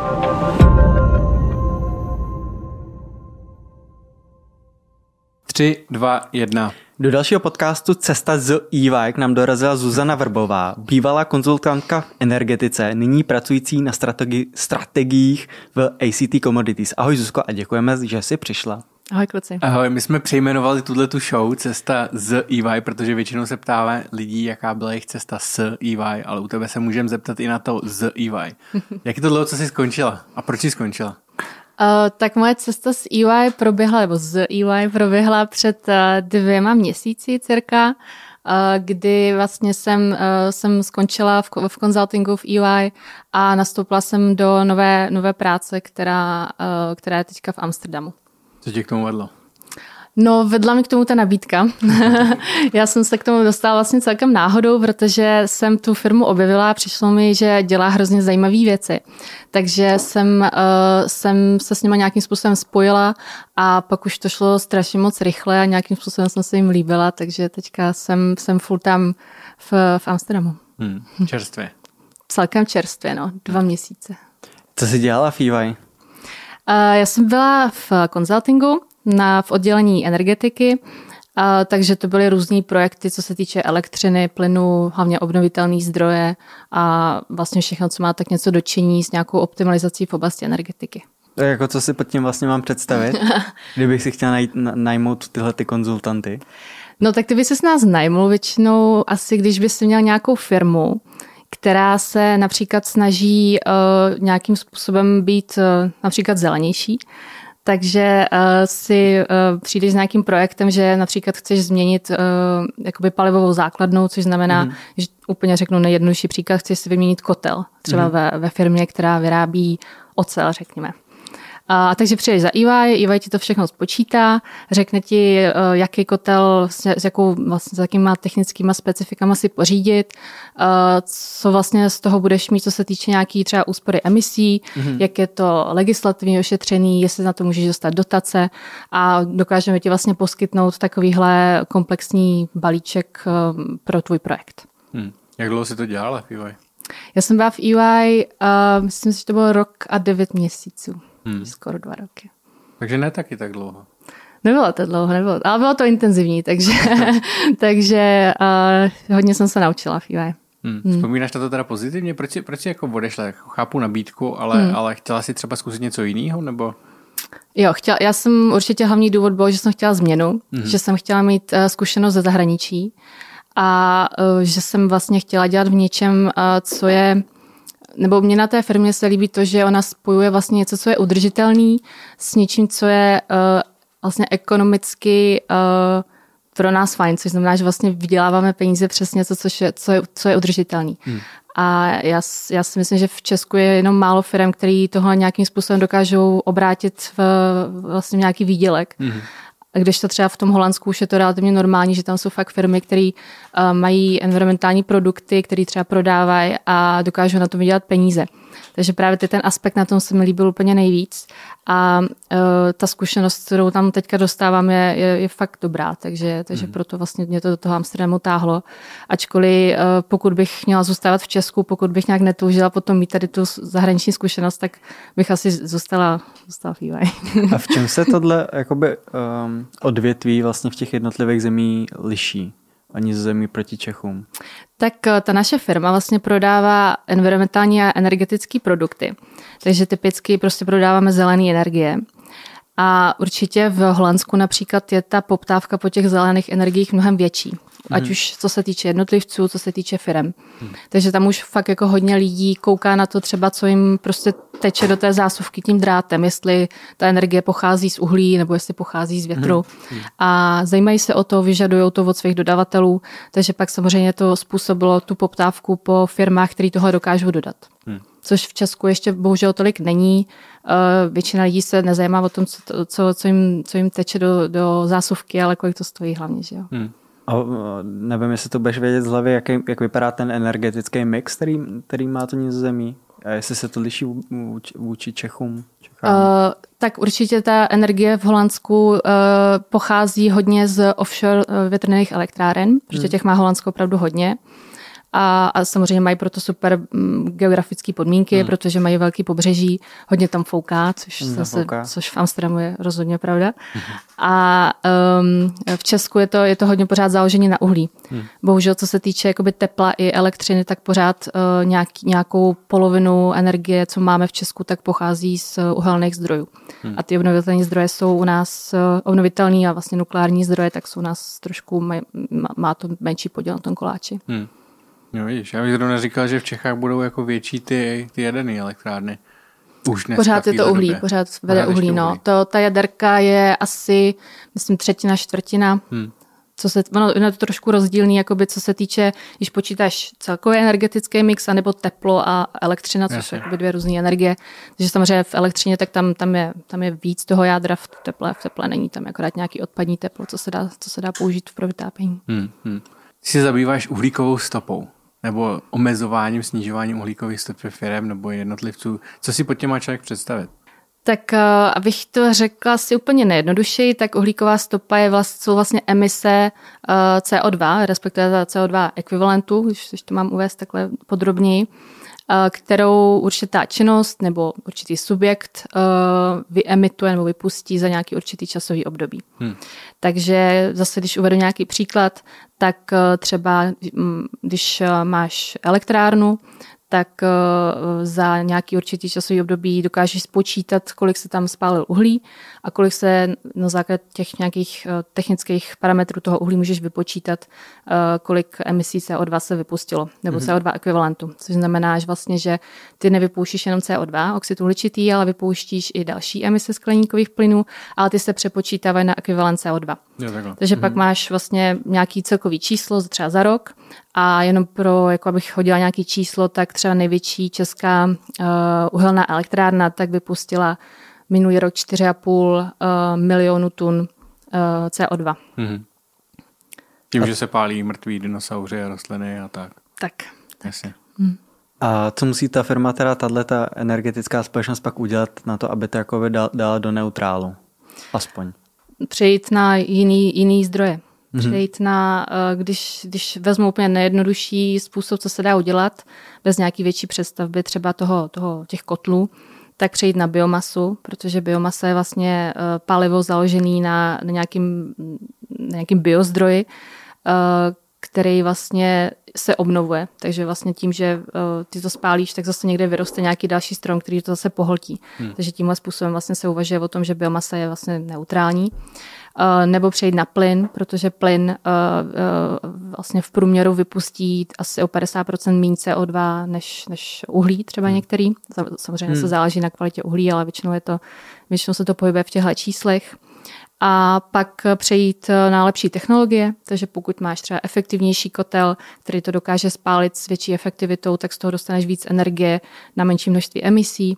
Tři, dva, jedna. Do dalšího podcastu Cesta z EY k nám dorazila Zuzana Vrbová, bývalá konzultantka v energetice, nyní pracující na strategiích v ACT Commodities. Ahoj Zuzko a děkujeme, že jsi přišla. Ahoj kluci. Ahoj, my jsme přejmenovali tu show Cesta z EY, protože většinou se ptáme lidí, jaká byla jejich cesta s EY, ale u tebe se můžeme zeptat i na to z EY. Jak je to dlouho, co jsi skončila a proč jsi skončila? Tak moje cesta z EY proběhla před 2 měsíci cirka, kdy vlastně jsem skončila v consultingu v EY a nastoupila jsem do nové práce, která je teďka v Amsterdamu. Co tě k tomu vedlo? No, vedla mi k tomu ta nabídka. Já jsem se k tomu dostala vlastně celkem náhodou, protože jsem tu firmu objevila a přišlo mi, že dělá hrozně zajímavé věci. Takže jsem se s nima nějakým způsobem spojila a pak už to šlo strašně moc rychle a nějakým způsobem jsem se jim líbila, takže teďka jsem full time v Amsterdamu. Čerstvě. Celkem čerstvě, 2 měsíce. Co jsi dělala v EY? Já jsem byla v consultingu, v oddělení energetiky, takže to byly různý projekty, co se týče elektřiny, plynu, hlavně obnovitelné zdroje a vlastně všechno, co má tak něco dočinění s nějakou optimalizací v oblasti energetiky. Tak jako co si pod tím vlastně mám představit, kdybych si chtěla najmout tyhle ty konzultanty? No tak ty by se s nás najmul většinou asi, když bys měl nějakou firmu, která se například snaží nějakým způsobem být například zelenější. Takže si přijdeš s nějakým projektem, že například chceš změnit jakoby palivovou základnu, což znamená, že úplně řeknu nejjednodušší příklad, chceš si vyměnit kotel, třeba ve firmě, která vyrábí ocel, řekněme. Takže přijdeš za EY ti to všechno spočítá, řekne ti, jaký kotel, s jakýma technickýma specifikama si pořídit, co vlastně z toho budeš mít, co se týče nějaký třeba úspory emisí, jak je to legislativně ošetřený, jestli na to můžeš dostat dotace a dokážeme ti vlastně poskytnout takovýhle komplexní balíček pro tvůj projekt. Jak dlouho jsi to dělala v EY? Já jsem byla v EY, myslím si, že to bylo 1 rok a 9 měsíců. Skoro 2 roky. Takže ne taky tak dlouho. Nebylo to dlouho, ale bylo to intenzivní, takže hodně jsem se naučila v EY. Vzpomínáš na to teda pozitivně? Proč jsi jako odešla? Chápu nabídku, ale chtěla jsi třeba zkusit něco jiného, nebo? Jo, já jsem určitě hlavní důvod byl, že jsem chtěla změnu, že jsem chtěla mít zkušenost ze zahraničí a že jsem vlastně chtěla dělat v něčem, co je. Nebo mně na té firmě se líbí to, že ona spojuje vlastně něco, co je udržitelný s něčím, co je vlastně ekonomicky pro nás fajn, což znamená, že vlastně vyděláváme peníze přes něco, co je udržitelný. A já si myslím, že v Česku je jenom málo firm, který tohle nějakým způsobem dokážou obrátit v vlastně nějaký výdělek. A když to třeba v tom Holandsku už je to relativně normální, že tam jsou fakt firmy, které mají environmentální produkty, které třeba prodávají a dokážou na tom vydělat peníze. Takže právě ten aspekt na tom se mi líbil úplně nejvíc. A ta zkušenost, kterou tam teďka dostávám, je fakt dobrá. Takže proto vlastně mě to do toho Amsterdamu táhlo. Ačkoliv pokud bych měla zůstávat v Česku, pokud bych nějak netoužila potom mít tady tu zahraniční zkušenost, tak bych asi zůstala v EY. A v čem se tohle jakoby, odvětví vlastně v těch jednotlivých zemí liší? Ani ze zemí proti Čechům? Tak ta naše firma vlastně prodává environmentální a energetické produkty. Takže typicky prostě prodáváme zelené energie. A určitě v Holandsku například je ta poptávka po těch zelených energiích mnohem větší. Ať už co se týče jednotlivců, co se týče firem. Takže tam už fakt jako hodně lidí kouká na to třeba, co jim prostě teče do té zásuvky tím drátem, jestli ta energie pochází z uhlí nebo jestli pochází z větru. A zajímají se o to, vyžadují to od svých dodavatelů, takže pak samozřejmě to způsobilo tu poptávku po firmách, které tohle dokážou dodat. Což v Česku ještě bohužel tolik není. Většina lidí se nezajímá o tom, co jim teče do zásuvky, ale kolik to stojí hlavně, že jo. A nevím, jestli to budeš vědět z hlavy, jak vypadá ten energetický mix, který má to Nizozemí. A jestli se to liší vůči Čechům? Tak určitě ta energie v Holandsku pochází hodně z offshore větrných elektráren, protože těch má Holandsko opravdu hodně. a samozřejmě mají proto super geografické podmínky, protože mají velký pobřeží, hodně tam fouká, což v Amsterdamu je rozhodně pravda. A v Česku je to hodně pořád založené na uhlí. Bohužel, co se týče jakoby tepla i elektřiny, tak pořád nějakou polovinu energie, co máme v Česku, tak pochází z uhelných zdrojů. A ty obnovitelné zdroje jsou u nás obnovitelný a vlastně nukleární zdroje, tak jsou u nás trošku, má to menší podíl na tom koláči. No vidíš, já bych zrovna říkal, že v Čechách budou jako větší ty jaderné elektrárny. Už pořád je to uhlí, době. Pořád vede uhlí, no. Ta jaderka je asi, myslím, 1/3. Ono je to trošku rozdílný, jakoby, co se týče, když počítáš celkový energetický mix, anebo teplo a elektřina, což jsou jakoby 2 různé energie. Takže samozřejmě v elektřině, tak tam je víc toho jádra, v teple není tam akorát nějaký odpadní teplo, co se dá použít pro vytápění. Ty se zabýváš uhlíkovou stopou nebo omezováním, snižováním uhlíkových stop firem nebo jednotlivců. Co si pod tím má člověk představit? Tak abych to řekla si úplně nejjednodušeji, tak uhlíková stopa jsou vlastně emise CO2, respektive CO2 ekvivalentu, když to mám uvést takhle podrobněji, kterou určitá činnost nebo určitý subjekt vyemituje nebo vypustí za nějaký určitý časový období. Takže zase, když uvedu nějaký příklad, tak třeba když máš elektrárnu, tak za nějaký určitý časový období dokážeš spočítat, kolik se tam spálil uhlí a kolik se na základě těch nějakých technických parametrů toho uhlí můžeš vypočítat, kolik emisí CO2 se vypustilo, nebo CO2 ekvivalentu. Což znamená, že vlastně, že ty nevypouštíš jenom CO2, oxid uhličitý, ale vypouštíš i další emise skleníkových plynů, ale ty se přepočítávají na ekvivalent CO2. Takže pak máš vlastně nějaký celkový číslo třeba za rok a jenom jako abych hodila nějaký číslo, tak třeba největší česká uhelná elektrárna tak vypustila minulý rok 4,5 milionu tun CO2. Tím, že se pálí mrtví dinosauři a rostliny a tak. Tak. Jasně. A co musí ta firma, teda tato energetická společnost pak udělat na to, aby to jako dala do neutrálu? Aspoň. Přejít na jiný zdroje. Přejít na, když vezmu úplně nejjednodušší způsob, co se dá udělat, bez nějaký větší přestavby třeba těch kotlů, tak přejít na biomasu, protože biomasa je vlastně palivo založený na nějakým biozdroji, který vlastně se obnovuje. Takže vlastně tím, že ty to spálíš, tak zase někde vyroste nějaký další strom, který to zase pohltí. Takže tímhle způsobem vlastně se uvažuje o tom, že biomasa je vlastně neutrální. Nebo přejít na plyn, protože plyn vlastně v průměru vypustí asi o 50% méně CO2 než uhlí třeba některý. Samozřejmě se záleží na kvalitě uhlí, ale většinou se to pohybuje v těchto číslech. A pak přejít na lepší technologie, takže pokud máš třeba efektivnější kotel, který to dokáže spálit s větší efektivitou, tak z toho dostaneš víc energie na menší množství emisí.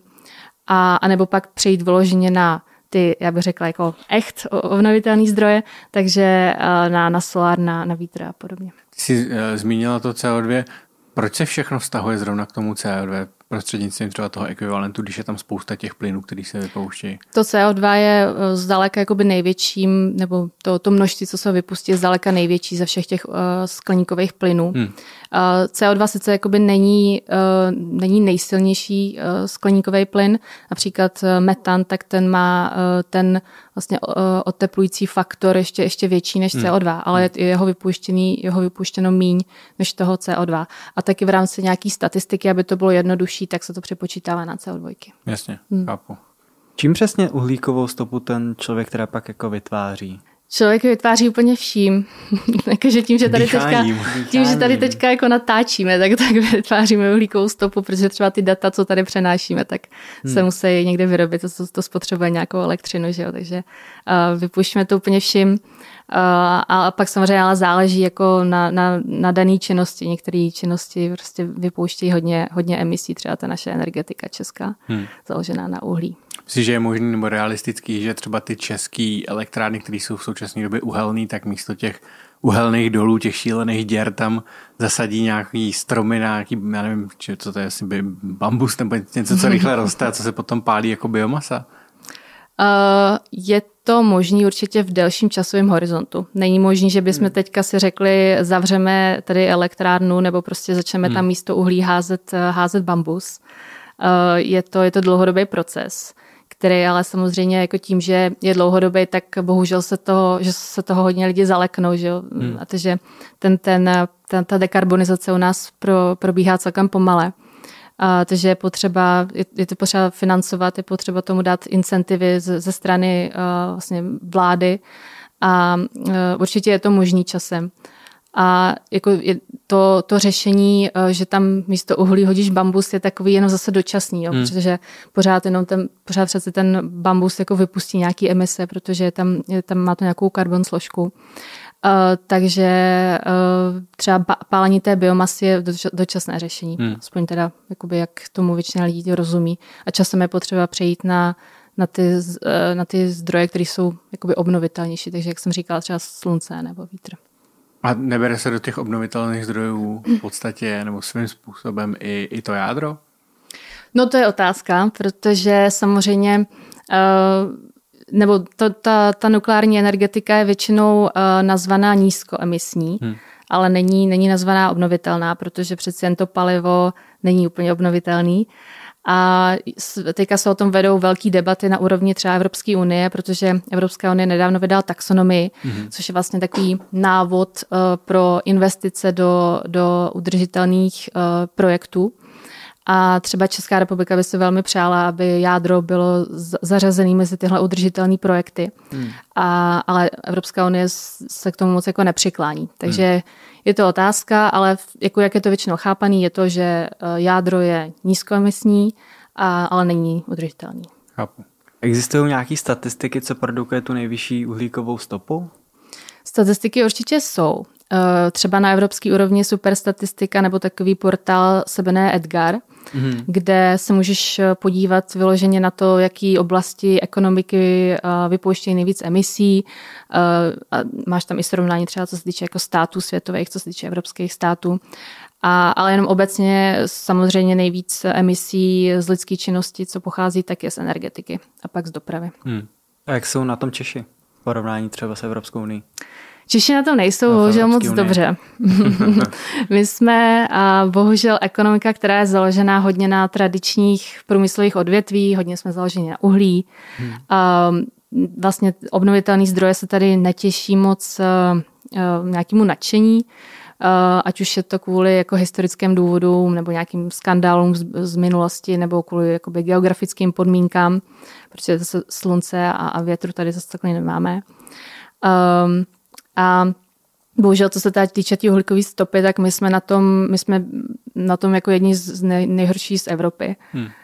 A nebo pak přejít vyloženě na ty, já bych řekla, jako obnovitelné zdroje, takže na solár, na vítr a podobně. Jsi zmínila to CO2. Proč se všechno vztahuje zrovna k tomu CO2 prostřednictvím třeba toho ekvivalentu, když je tam spousta těch plynů, který se vypouštějí? To CO2 je zdaleka jakoby největším, nebo to množství, co se vypustí, je zdaleka největší ze všech těch skleníkových plynů. CO2 sice jakoby není nejsilnější skleníkový plyn, například metan, tak ten má ten vlastně oteplující faktor ještě větší než CO2, ale je jeho vypuštěno míň než toho CO2. A taky v rámci nějaký statistiky, aby to bylo jednodušší, tak se to přepočítává na CO2. Jasně, chápu. Čím přesně uhlíkovou stopu ten člověk teda pak jako vytváří? Člověk vytváří úplně vším. Takže tím, že tady teďka jako natáčíme, tak vytváříme uhlíkovou stopu, protože třeba ty data, co tady přenášíme, tak se musí někde vyrobit, to spotřebuje nějakou elektřinu, že jo? Takže vypuštíme to úplně vším. A pak samozřejmě ale záleží jako na dané činnosti. Některé činnosti prostě vypouštějí hodně emisí, třeba ta naše energetika česká, založená na uhlí. Myslíš, že je možný nebo realistický, že třeba ty české elektrárny, které jsou v současné době uhelné, tak místo těch uhelných dolů, těch šílených děr, tam zasadí nějaký stromy, nějaký, já nevím, co to je, asi bambus nebo něco, co rychle roste a co se potom pálí jako biomasa? Je to možný určitě v delším časovém horizontu. Není možný, že bychom teďka si řekli, zavřeme tady elektrárnu nebo prostě začneme tam místo uhlí házet bambus. Je to dlouhodobý proces, který ale samozřejmě jako tím, že je dlouhodobý, tak bohužel že se toho hodně lidi zaleknou. Že jo? A takže ta dekarbonizace u nás probíhá celkem pomale. Takže je to potřeba financovat, je potřeba tomu dát incentivy ze strany vlastně vlády a určitě je to možný časem. A jako to řešení, že tam místo uhlí hodíš bambus, je takový jenom zase dočasný, jo? Protože pořád přece ten bambus jako vypustí nějaký emise, protože tam má to nějakou karbon složku. Takže třeba pálení té biomasy je dočasné řešení. Aspoň teda, jakoby, jak tomu většina lidí rozumí. A časem je potřeba přejít na ty zdroje, které jsou jakoby obnovitelnější. Takže, jak jsem říkala, třeba slunce nebo vítr. A nebere se do těch obnovitelných zdrojů v podstatě nebo svým způsobem i to jádro? No to je otázka, protože samozřejmě nebo ta nukleární energetika je většinou nazvaná nízkoemisní, ale není nazvaná obnovitelná, protože přeci jen to palivo není úplně obnovitelný. A teďka se o tom vedou velké debaty na úrovni třeba Evropské unie, protože Evropská unie nedávno vydala taxonomii, což je vlastně takový návod pro investice do udržitelných projektů. A třeba Česká republika by se velmi přála, aby jádro bylo zařazené mezi tyhle udržitelné projekty. Ale Evropská unie se k tomu moc jako nepřiklání. Takže je to otázka, ale jako jak je to většinou chápaný, je to, že jádro je nízkoemisní, ale není udržitelný. Chápu. Existují nějaké statistiky, co produkuje tu nejvyšší uhlíkovou stopu? Statistiky určitě jsou. Třeba na evropské úrovni Superstatistika nebo takový portál se jmenuje Edgar, kde se můžeš podívat vyloženě na to, jaký oblasti ekonomiky vypouštějí nejvíc emisí. A máš tam i srovnání třeba, co se týče jako států světových, co se týče evropských států. Ale jenom obecně samozřejmě nejvíc emisí z lidské činnosti, co pochází, tak je z energetiky a pak z dopravy. A jak jsou na tom Češi v porovnání třeba s Evropskou unii? Češi na tom nejsou bohužel moc dobře. My jsme bohužel ekonomika, která je založená hodně na tradičních průmyslových odvětví, hodně jsme založeni na uhlí. Vlastně obnovitelné zdroje se tady netěší moc nějakému nadšení, ať už je to kvůli jako historickým důvodům nebo nějakým skandálům z minulosti nebo kvůli jakoby geografickým podmínkám, protože zase slunce a větru tady zase takhle nemáme. A bohužel, co se teď týče té uhlíkové stopy, tak my jsme na tom jako jedni z nejhorší z Evropy.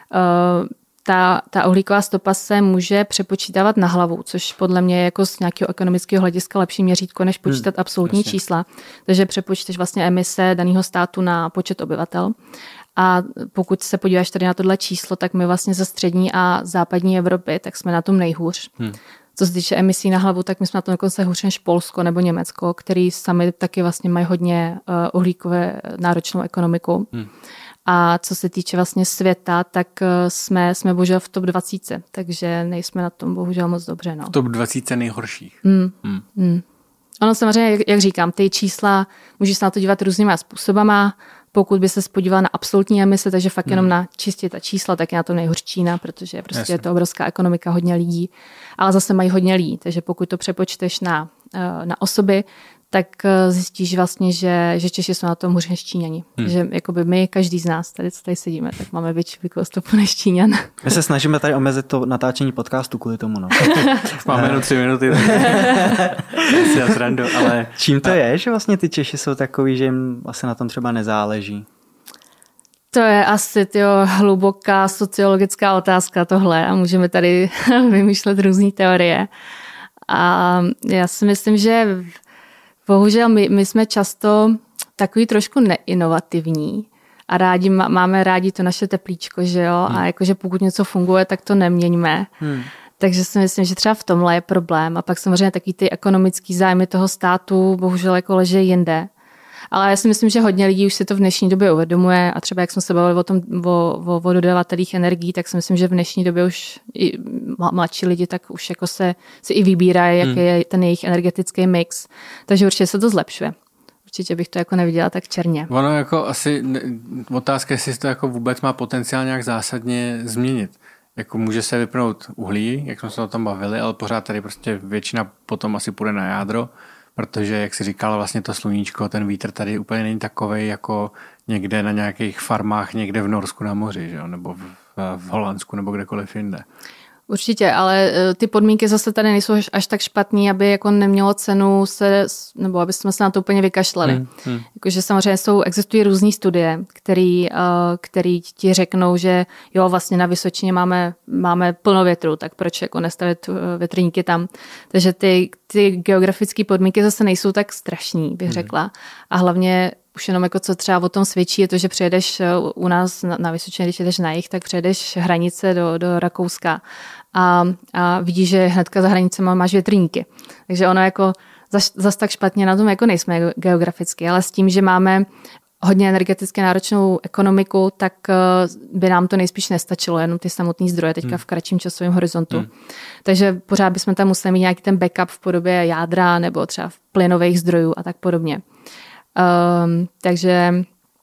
Ta uhlíková stopa se může přepočítávat na hlavu, což podle mě je jako z nějakého ekonomického hlediska lepší měřítko, než počítat absolutní čísla. Takže přepočteš vlastně emise daného státu na počet obyvatel. A pokud se podíváš tady na tohle číslo, tak my vlastně ze střední a západní Evropy, tak jsme na tom nejhůř. Co se týče emisí na hlavu, tak my jsme na tom dokonce hůř než Polsko nebo Německo, který sami taky vlastně mají hodně uhlíkové náročnou ekonomiku. A co se týče vlastně světa, tak jsme bohužel v top 20, takže nejsme na tom bohužel moc dobře. No. V top 20 nejhorších. Ono samozřejmě, jak říkám, ty čísla můžeš se na to dívat různýma způsobama. Pokud by se podíval na absolutní emise, takže fakt jenom na čistě ta čísla, tak je na to nejhorší Čína, protože prostě je to obrovská ekonomika, hodně lidí, ale zase mají hodně lidí, takže pokud to přepočteš na osoby, tak zjistíš vlastně, že Češi jsou na tom hůř než Číňani. Že jakoby my, každý z nás, tady co tady sedíme, tak máme větší uhlíkovou stopu než Číňan. My se snažíme tady omezit to natáčení podcastu kvůli tomu. No. Máme jenom 3 minuty. Ale čím to je, že vlastně ty Češi jsou takový, že jim asi na tom třeba nezáleží? To je asi hluboká sociologická otázka tohle a můžeme tady vymýšlet různé teorie. A já si myslím, že bohužel my jsme často takový trošku neinovativní a máme rádi to naše teplíčko, že jo? A jakože pokud něco funguje, tak to neměňme. Takže si myslím, že třeba v tomhle je problém. A pak samozřejmě taky ty ekonomické zájmy toho státu bohužel jako leží jinde. Ale já si myslím, že hodně lidí už si to v dnešní době uvědomuje a třeba jak jsme se bavili o dodavatelích energií, tak si myslím, že v dnešní době už mladší lidi, tak už jako si i vybírají, jaký je ten jejich energetický mix. Takže určitě se to zlepšuje. Určitě bych to jako neviděla tak černě. Ono jako asi otázka, jestli to jako vůbec má potenciál nějak zásadně změnit. Jako může se vypnout uhlí, jak jsme se o tom bavili, ale pořád tady prostě většina potom asi půjde na jádro, protože, jak si říkala, vlastně to sluníčko, ten vítr tady úplně není takovej jako někde na nějakých farmách, někde v Norsku na moři, že jo? Nebo v Holandsku, nebo kdekoliv jinde. Určitě, ale ty podmínky zase tady nejsou až tak špatný, aby jako nemělo cenu nebo aby jsme se na to úplně vykašlali. Jakože samozřejmě existují různý studie, který ti řeknou, že jo, vlastně na Vysočině máme plno větru, tak proč jako nestavit větrníky tam. Takže ty geografické podmínky zase nejsou tak strašný, bych řekla. A hlavně už jenom jako co třeba o tom svědčí, je to, že přijedeš u nás na Vysočině, když jdeš na jih, tak přijedeš hranice do Rakouska a vidíš, že hnedka za hranicema máš větrníky. Takže ono jako zas tak špatně na tom jako nejsme geograficky, ale s tím, že máme hodně energeticky náročnou ekonomiku, tak by nám to nejspíš nestačilo, jenom ty samotné zdroje teďka v kratším časovém horizontu. Takže pořád bychom tam museli mít nějaký ten backup v podobě jádra nebo třeba plynových zdrojů a tak podobně. Takže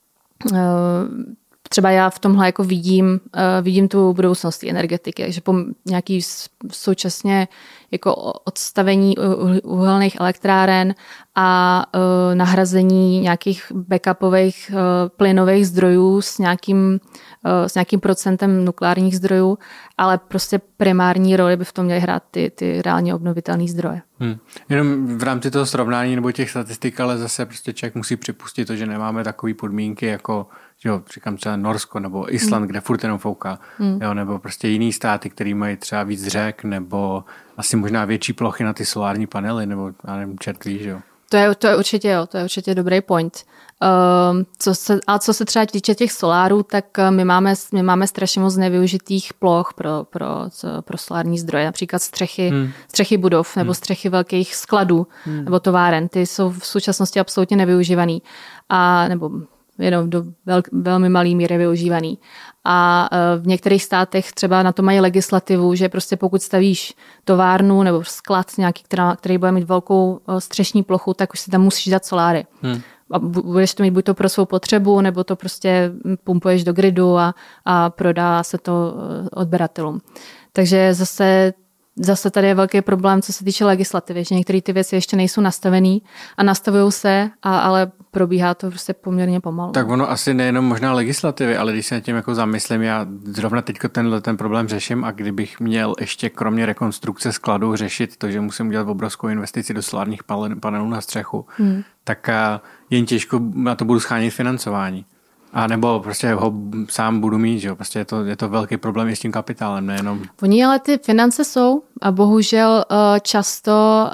třeba já v tomhle jako vidím tu budoucnost energetiky, takže po nějaký současně jako odstavení uhelných elektráren a nahrazení nějakých backupových plynových zdrojů s nějakým procentem nukleárních zdrojů, ale prostě primární roli by v tom měly hrát ty reálně obnovitelné zdroje. Jenom v rámci toho srovnání nebo těch statistik, ale zase prostě člověk musí připustit to, že nemáme takové podmínky jako, jo, říkám třeba Norsko nebo Island, kde furt jenom fouká, jo, nebo prostě jiný státy, který mají třeba víc řek nebo asi možná větší plochy na ty solární panely, nebo já nevím, čertví, že jo. To je určitě dobrý point. Co se třeba týče těch solárů, tak my máme strašně moc nevyužitých ploch pro solární zdroje, například střechy budov nebo střechy velkých skladů nebo továren. Ty jsou v současnosti absolutně nevyužívaný nebo jenom do velmi malý míry využívaný. A v některých státech třeba na to mají legislativu, že prostě pokud stavíš továrnu nebo sklad nějaký, který bude mít velkou střešní plochu, tak už si tam musíš dát soláry. A budeš to mít buď to pro svou potřebu, nebo to prostě pumpuješ do gridu a prodá se to odběratelům. Takže zase tady je velký problém, co se týče legislativy, že některé ty věci ještě nejsou nastavený a nastavují se, ale probíhá to prostě poměrně pomalu. Tak ono asi nejenom možná legislativy, ale když se nad tím jako zamyslím, já zrovna teďko ten problém řeším a kdybych měl ještě kromě rekonstrukce skladu řešit to, že musím udělat obrovskou investici do solárních panelů na střechu, tak jen těžko na to budu schánit financování. A nebo prostě ho sám budu mít, že jo? Prostě je to velký problém i s tím kapitálem, nejenom. Oni ale ty finance jsou a bohužel často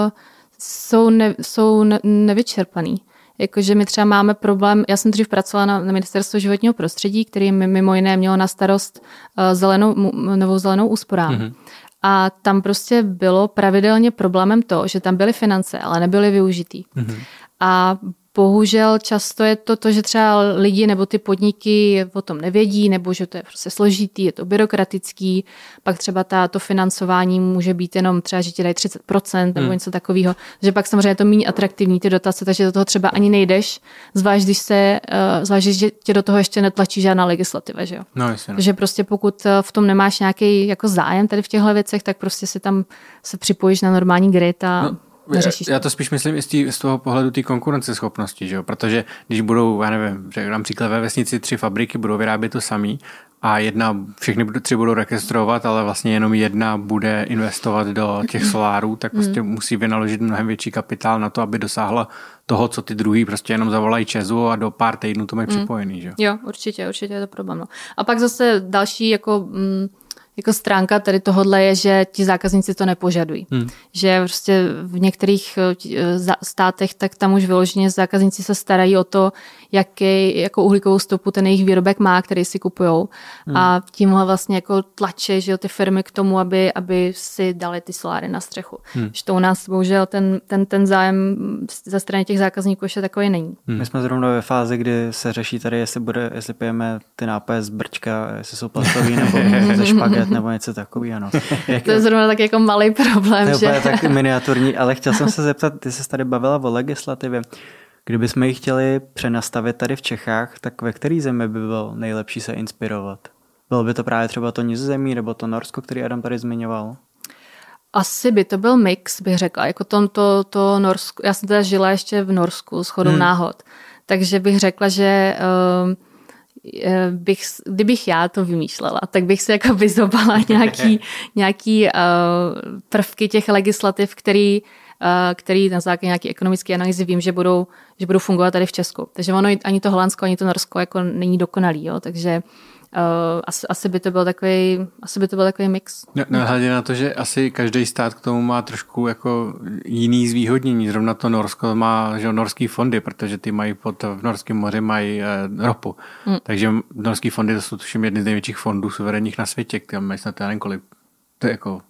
jsou nevyčerpaný. Jakože my třeba máme problém, já jsem dřív pracovala na Ministerstvu životního prostředí, který mimo jiné mělo na starost novou zelenou úsporám. A tam prostě bylo pravidelně problémem to, že tam byly finance, ale nebyly využitý. A bohužel často je to, že třeba lidi nebo ty podniky o tom nevědí, nebo že to je prostě složitý, je to byrokratický, pak třeba to financování může být jenom třeba, že ti dají 30% nebo něco takového, že pak samozřejmě je to méně atraktivní ty dotace, takže do toho třeba ani nejdeš, zvlášť když tě do toho ještě netlačí žádná legislativa, že jo. No, jasně. Takže prostě pokud v tom nemáš nějaký jako zájem tady v těchto věcech, tak prostě si tam se připojíš na normální grid a já to spíš myslím i z toho pohledu té konkurenceschopnosti, že jo? Protože když budou, já nevím, například ve vesnici 3 fabriky budou vyrábět to samý a všechny 3 budou rekonstruovat, ale vlastně jenom jedna bude investovat do těch solárů, tak prostě musí vynaložit mnohem větší kapitál na to, aby dosáhla toho, co ty druhý prostě jenom zavolají ČEZu a do pár týdnů to mají připojený, že jo? Jo, určitě je to problém. No. A pak zase další jako stránka tady tohodle je, že ti zákazníci to nepožadují. Že prostě v některých státech, tak tam už vyloženě zákazníci se starají o to, jakou uhlíkovou stopu ten jejich výrobek má, který si kupujou. A tímhle vlastně jako tlače, že jo, ty firmy k tomu, aby si dali ty soláry na střechu. Že to u nás bohužel ten zájem ze strany těch zákazníků ještě takový není. My jsme zrovna ve fázi, kdy se řeší tady, jestli pijeme ty nápoje z brčka, jestli jsou plastový nebo ze špaget. nebo něco takového. No. To je zrovna tak jako malý problém. To je že? úplně tak miniaturní, ale chtěl jsem se zeptat, ty jsi tady bavila o legislativě. Kdybychom ji chtěli přenastavit tady v Čechách, tak ve které zemi by bylo nejlepší se inspirovat? Bylo by to právě třeba to Nizozemí nebo to Norsko, který Adam tady zmiňoval? Asi by to byl mix, bych řekla. Jako to Norsko, já jsem teda žila ještě v Norsku shodou náhod. Takže bych řekla, že kdybych já to vymýšlela, tak bych si jako vyzobala nějaký prvky těch legislativ, který na základě nějaké ekonomické analýzy vím, že budou fungovat tady v Česku. Takže ono ani to Holandsko, ani to Norsko jako není dokonalý, jo? Takže asi by to byl takový mix. Nehledě na to, že asi každý stát k tomu má trošku jako jiný zvýhodnění. Zrovna to Norsko má, že norský fondy, protože ty mají v Norském moři mají ropu. Takže norský fondy to jsou tuším jedny z největších fondů suverénních na světě, které mají snad nevím kolik. To je jako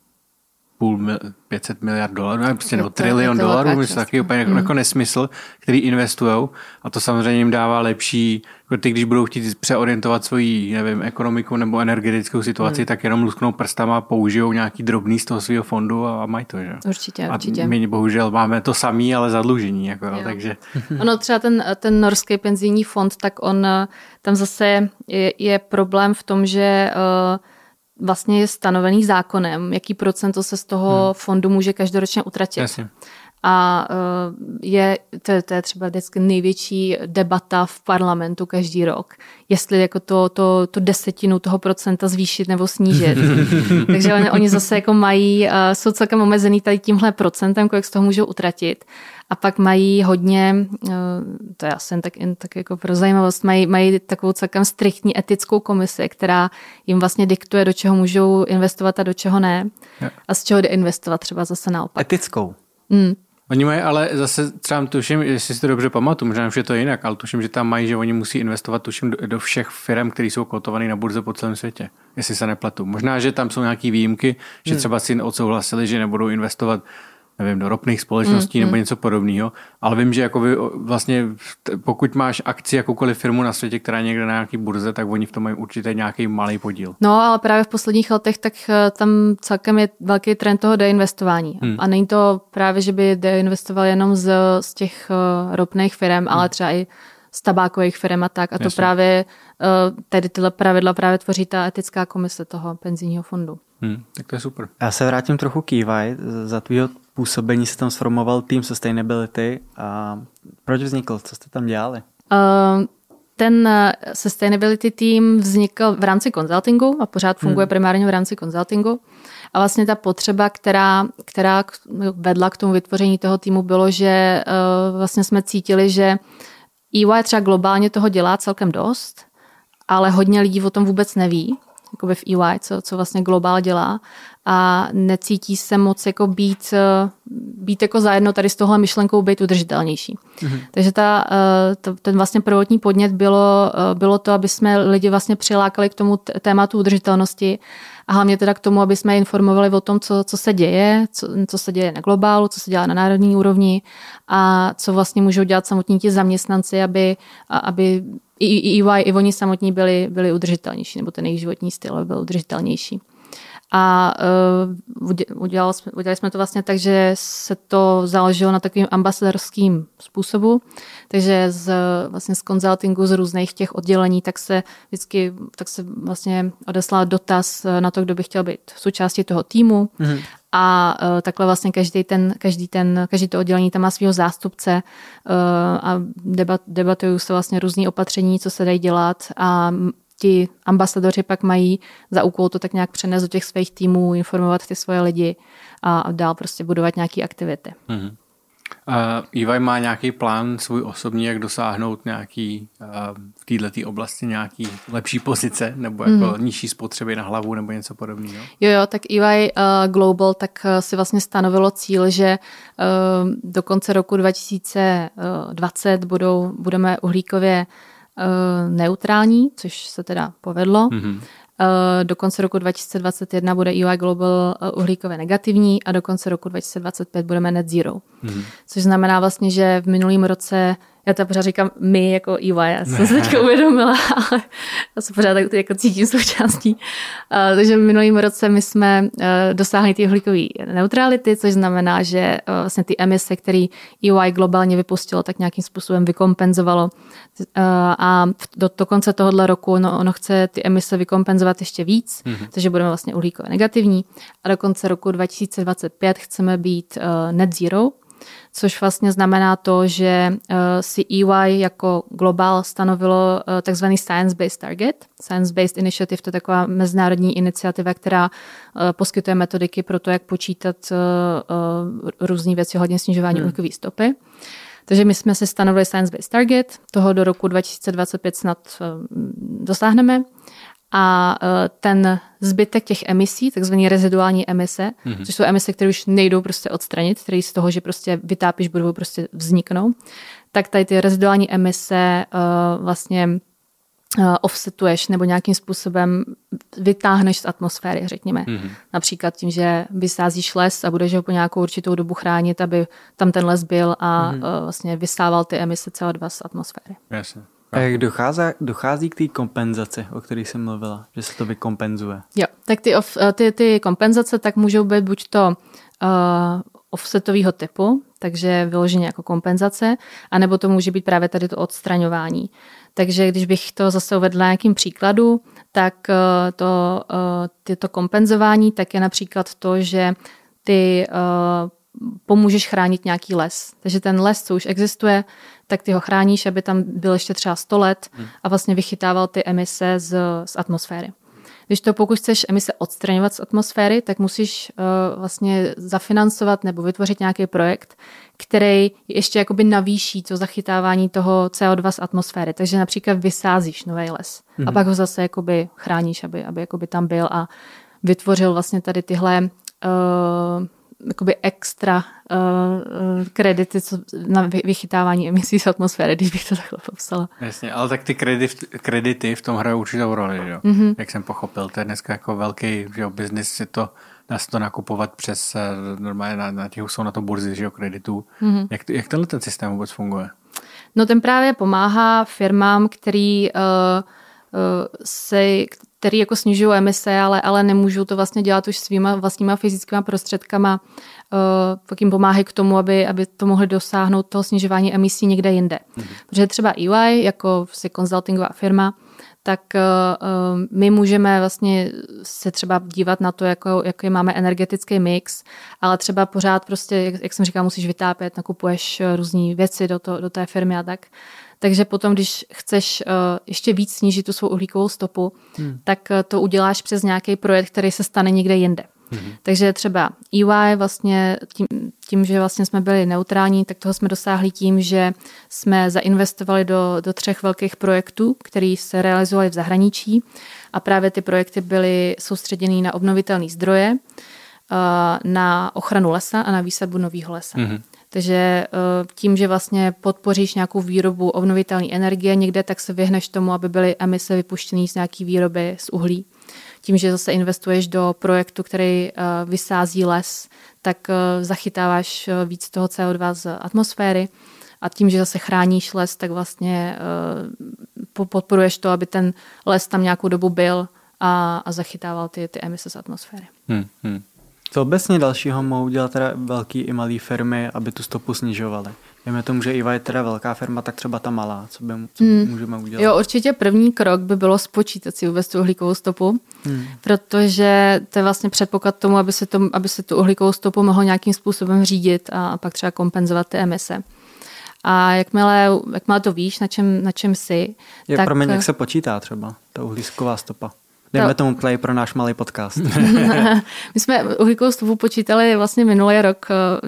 500 miliard dolarů, nebo trilion dolarů, myslím, taky úplně jako nesmysl, který investujou a to samozřejmě jim dává lepší, jako ty, když budou chtít přeorientovat svoji, nevím, ekonomiku nebo energetickou situaci, tak jenom lusknou prstama a použijou nějaký drobný z toho svého fondu a mají to, že? Určitě. A my bohužel máme to samý, ale zadlužení, jako, takže. Ono třeba ten norský penzijní fond, tak on tam zase je problém v tom, že vlastně je stanovený zákonem, jaký procento se z toho fondu může každoročně utratit. Jasně. A to je třeba vždycky největší debata v parlamentu každý rok, jestli jako to desetinu toho procenta zvýšit nebo snížit. Takže oni zase jako jsou celkem omezený tady tímhle procentem, kolik z toho můžou utratit. A pak mají hodně, to je asi tak jako pro zajímavost, mají takovou celkem striktní etickou komisi, která jim vlastně diktuje, do čeho můžou investovat a do čeho ne. A z čeho investovat třeba zase naopak. Etickou? Oni mají, ale zase třeba tuším, jestli si to dobře pamatuju, možná už je to jinak, ale tuším, že tam mají, že oni musí investovat tuším do všech firm, které jsou kotované na burze po celém světě, jestli se nepletu. Možná, že tam jsou nějaké výjimky, že třeba si odsouhlasili, že nebudou investovat nevím, do ropných společností nebo něco podobného, ale vím, že jako vlastně pokud máš akci jakoukoliv firmu na světě, která je někde na nějaký burze, tak oni v tom mají určitě nějaký malý podíl. No, ale právě v posledních letech tak tam celkem je velký trend toho deinvestování. A není to právě, že by deinvestoval jenom z těch ropných firm, ale třeba i z tabákových firm a tak. A to právě tady tyhle pravidla právě tvoří ta etická komise toho penzijního fondu. Tak to je super. Já se vrátím trochu k EY. Za tvýho působení se tam sformoval tým Sustainability. A proč vznikl? Co jste tam dělali? Ten Sustainability tým vznikl v rámci consultingu a pořád funguje primárně v rámci consultingu. A vlastně ta potřeba, která vedla k tomu vytvoření toho týmu, bylo, že vlastně jsme cítili, že EY třeba globálně toho dělá celkem dost, ale hodně lidí o tom vůbec neví, jakoby v EY, co vlastně globál dělá a necítí se moc jako být jako zajedno tady s tohle myšlenkou být udržitelnější. Takže ten vlastně prvotní podnět bylo to, aby jsme lidi vlastně přilákali k tomu tématu udržitelnosti a hlavně teda k tomu, aby jsme informovali o tom, co se děje, co se děje na globálu, co se dělá na národní úrovni a co vlastně můžou dělat samotní ti zaměstnanci, aby i EY, i oni samotní byli udržitelnější, nebo ten jejich životní styl byl udržitelnější. A udělali jsme to vlastně tak, že se to založilo na takovým ambasadorským způsobu, takže vlastně z konzultingu z různých těch oddělení, tak se vlastně odeslal dotaz na to, kdo by chtěl být součástí toho týmu. A takhle vlastně každý to oddělení tam má svého zástupce a debatují se vlastně různý opatření, co se dají dělat a ti ambasadoři pak mají za úkol to tak nějak přenést do těch svých týmů, informovat ty svoje lidi a dál prostě budovat nějaké aktivity. EY má nějaký plán svůj osobní, jak dosáhnout nějaký v této oblasti nějaký lepší pozice nebo jako nižší spotřeby na hlavu nebo něco podobného? Jo, tak EY Global tak si vlastně stanovilo cíl, že do konce roku 2020 budeme uhlíkově neutrální, což se teda povedlo. Do konce roku 2021 bude EY Global uhlíkově negativní a do konce roku 2025 budeme net zero. Což znamená vlastně, že v minulém roce, Já to pořád říkám my jako EY, já jsem se teďka uvědomila, ale já se pořád tak jako cítím součástí. Takže v minulým roce my jsme dosáhli té uhlíkové neutrality, což znamená, že vlastně ty emise, které EY globálně vypustilo, tak nějakým způsobem vykompenzovalo. A do konce tohohle roku ono chce ty emise vykompenzovat ještě víc, takže budeme vlastně uhlíkově negativní. A do konce roku 2025 chceme být net zero, což vlastně znamená to, že si EY jako globál stanovilo takzvaný Science-Based Target. Science-Based Initiative to je taková mezinárodní iniciativa, která poskytuje metodiky pro to, jak počítat různé věci ohledně snižování uhlíkové stopy. Takže my jsme si stanovili Science-Based Target, toho do roku 2025 snad dosáhneme. A ten zbytek těch emisí, takzvané reziduální emise, což jsou emise, které už nejdou prostě odstranit, které z toho, že prostě vytápíš budovu, prostě vzniknou, tak tady ty reziduální emise vlastně offsetuješ nebo nějakým způsobem vytáhneš z atmosféry, řekněme. Například tím, že vysázíš les a budeš ho po nějakou určitou dobu chránit, aby tam ten les byl a vlastně vysával ty emise CO2 z atmosféry. Jasně. A jak dochází k té kompenzaci, o které jsem mluvila, že se to vykompenzuje? Jo, tak ty kompenzace tak můžou být buď to offsetového typu, takže vyloženě jako kompenzace, anebo to může být právě tady to odstraňování. Takže když bych to zase uvedla nějakým příkladu, tak to kompenzování tak je například to, že ty pomůžeš chránit nějaký les. Takže ten les, co už existuje, tak ty ho chráníš, aby tam byl ještě třeba 100 let a vlastně vychytával ty emise z atmosféry. Když to pokud chceš emise odstraňovat z atmosféry, tak musíš vlastně zafinancovat nebo vytvořit nějaký projekt, který ještě jakoby navýší to zachytávání toho CO2 z atmosféry. Takže například vysázíš nový les a pak ho zase jakoby chráníš, aby jakoby tam byl a vytvořil vlastně tady tyhle jakoby extra kredity na vychytávání emisí z atmosféry, když bych to takhle popsala. Jasně, ale tak ty kredity v tom hrají určitou roli, jo? Jak jsem pochopil, to je dneska jako velký biznis, dá se to nakupovat přes normálně na těch jsou na to burzy, že jo, kreditů. Jak tenhle ten systém vůbec funguje? No ten právě pomáhá firmám, který jako snižují emise, ale nemůžou to vlastně dělat už svýma vlastníma fyzickýma prostředkama, tak jim pomáhají k tomu, aby to mohli dosáhnout toho snižování emisí někde jinde. Protože třeba EY, jako konzultingová firma, tak my můžeme vlastně se třeba dívat na to, jaký máme energetický mix, ale třeba pořád prostě, jak jsem říkala, musíš vytápět, nakupuješ různé věci do té firmy a tak. Takže potom, když chceš ještě víc snížit tu svou uhlíkovou stopu, tak to uděláš přes nějaký projekt, který se stane někde jinde. Takže třeba EY vlastně tím, že vlastně jsme byli neutrální, tak toho jsme dosáhli tím, že jsme zainvestovali do 3 velkých projektů, které se realizovaly v zahraničí a právě ty projekty byly soustředěny na obnovitelné zdroje, na ochranu lesa a na výsadbu nového lesa. Takže tím, že vlastně podpoříš nějakou výrobu obnovitelné energie někde, tak se vyhneš tomu, aby byly emise vypuštěné z nějaké výroby z uhlí. Tím, že zase investuješ do projektu, který vysází les, tak zachytáváš víc toho CO2 z atmosféry a tím, že zase chráníš les, tak vlastně podporuješ to, aby ten les tam nějakou dobu byl a zachytával ty emise z atmosféry. Co obecně dalšího mohou dělat teda velký i malý firmy, aby tu stopu snižovaly? Víme tomu, že EY je teda velká firma, tak třeba ta malá, co můžeme udělat? Jo, určitě první krok by bylo spočítat si vůbec tu uhlíkovou stopu, protože to je vlastně předpoklad tomu, aby se tu uhlíkovou stopu mohlo nějakým způsobem řídit a pak třeba kompenzovat ty emise. A jakmile to víš, na čem jsi, tak... Promiň, jak se počítá třeba ta uhlíková stopa? Dejme tomu play pro náš malý podcast. My jsme uhlíkovou stopu počítali vlastně minulý rok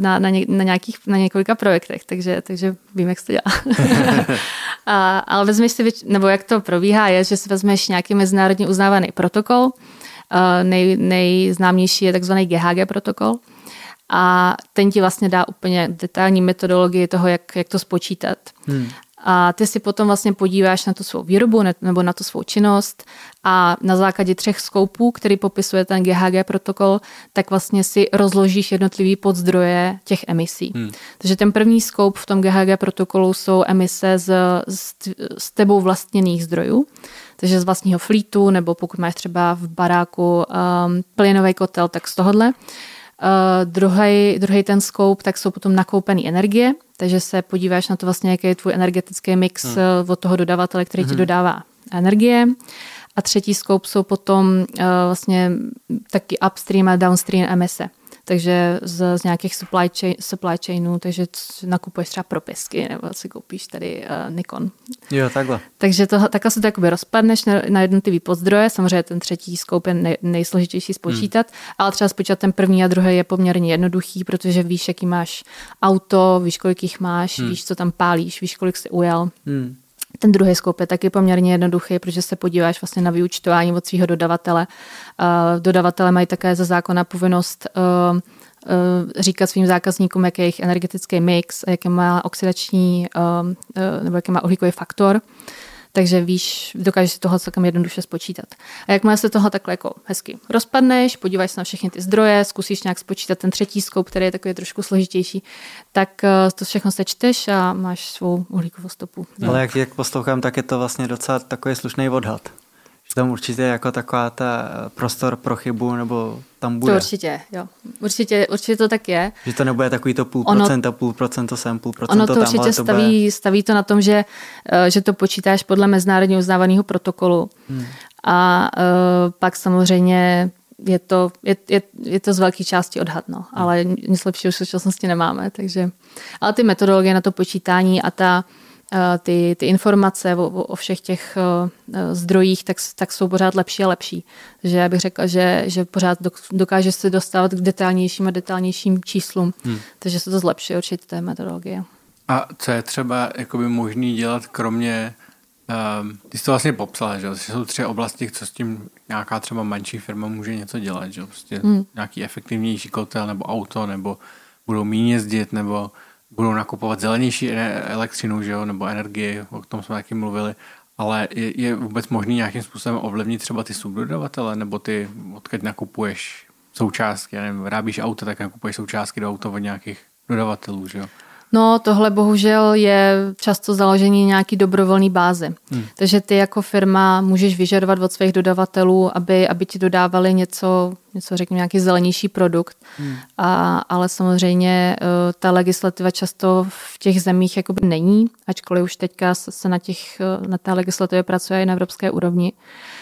na několika projektech, takže vím, jak se to dělá. Ale vezmeš si, nebo jak to probíhá, je, že si vezmeš nějaký mezinárodně uznávaný protokol. Nejznámější je takzvaný GHG protokol. A ten ti vlastně dá úplně detailní metodologii toho, jak to spočítat. A ty si potom vlastně podíváš na tu svou výrobu nebo na tu svou činnost a na základě 3 skoupů, který popisuje ten GHG protokol, tak vlastně si rozložíš jednotlivý podzdroje těch emisí. Takže ten první skoup v tom GHG protokolu jsou emise z tebou vlastněných zdrojů, takže z vlastního flítu, nebo pokud máš třeba v baráku plynový kotel, tak z tohohle. Druhý ten scope, tak jsou potom nakoupené energie, takže se podíváš na to vlastně, jaký je tvůj energetický mix od toho dodavatele, který ti dodává energie. A třetí scope jsou potom vlastně taky upstream a downstream emise. Takže z nějakých supply chainů, takže nakupuješ třeba propisky nebo si koupíš tady Nikon. Jo, takhle. Takže takhle se to jakoby rozpadneš na jednotlivý podzdroje. Samozřejmě ten třetí scope je nejsložitější spočítat, ale třeba spočítat ten první a druhý je poměrně jednoduchý, protože víš, jaký máš auto, víš, kolik jich máš, víš, co tam pálíš, víš, kolik jsi ujel. Ten druhý scope je taky poměrně jednoduchý, protože se podíváš vlastně na vyúčtování od svého dodavatele. Dodavatele mají také ze zákona povinnost říkat svým zákazníkům, jaký je jejich energetický mix, jaký má oxidační nebo jaký má uhlíkový faktor. Takže víš, dokážeš si toho celkem jednoduše spočítat. A jakmile se toho takhle jako hezky rozpadneš, podíváš se na všechny ty zdroje, zkusíš nějak spočítat ten třetí scope, který je takový trošku složitější, tak to všechno sečteš a máš svou uhlíkovou stopu. Ale jak poslouchám, tak je to vlastně docela takový slušný odhad. Že tam určitě jako taková ta prostor pro chybu, nebo tam bude. To určitě, jo. Určitě to tak je. Že to nebude takový to 0,5% sem, 0,5% ono to tam, určitě staví to na tom, že to počítáš podle mezinárodně uznávaného protokolu. A pak samozřejmě je to z velké části odhad, no. Ale nic lepšího v současnosti nemáme. Ale ty metodologie na to počítání a ty informace o všech těch zdrojích, tak jsou pořád lepší a lepší. Takže já bych řekla, že pořád dokáže se dostávat k detailnějším číslům. Takže se to zlepšuje určitě té metodologie. A co je třeba jakoby možný dělat, kromě ty jsi to vlastně popsala, že jsou 3 oblasti, co s tím nějaká třeba menší firma může něco dělat, že prostě nějaký efektivnější kotel nebo auto, nebo budou méně jezdit, nebo budou nakupovat zelenější elektřinu, že jo, nebo energii, o tom jsme taky mluvili, ale je vůbec možný nějakým způsobem ovlivnit třeba ty subdodavatele, nebo ty, odkud nakupuješ součástky, já nevím, vyrábíš auto, tak nakupuješ součástky do auta od nějakých dodavatelů, že jo? No, tohle bohužel je často založení nějaký dobrovolný báze. Takže ty jako firma můžeš vyžadovat od svých dodavatelů, aby ti dodávali něco řekněme, nějaký zelenější produkt. Ale samozřejmě ta legislativa často v těch zemích jakoby není, ačkoliv už teďka se na té legislativě pracuje i na evropské úrovni.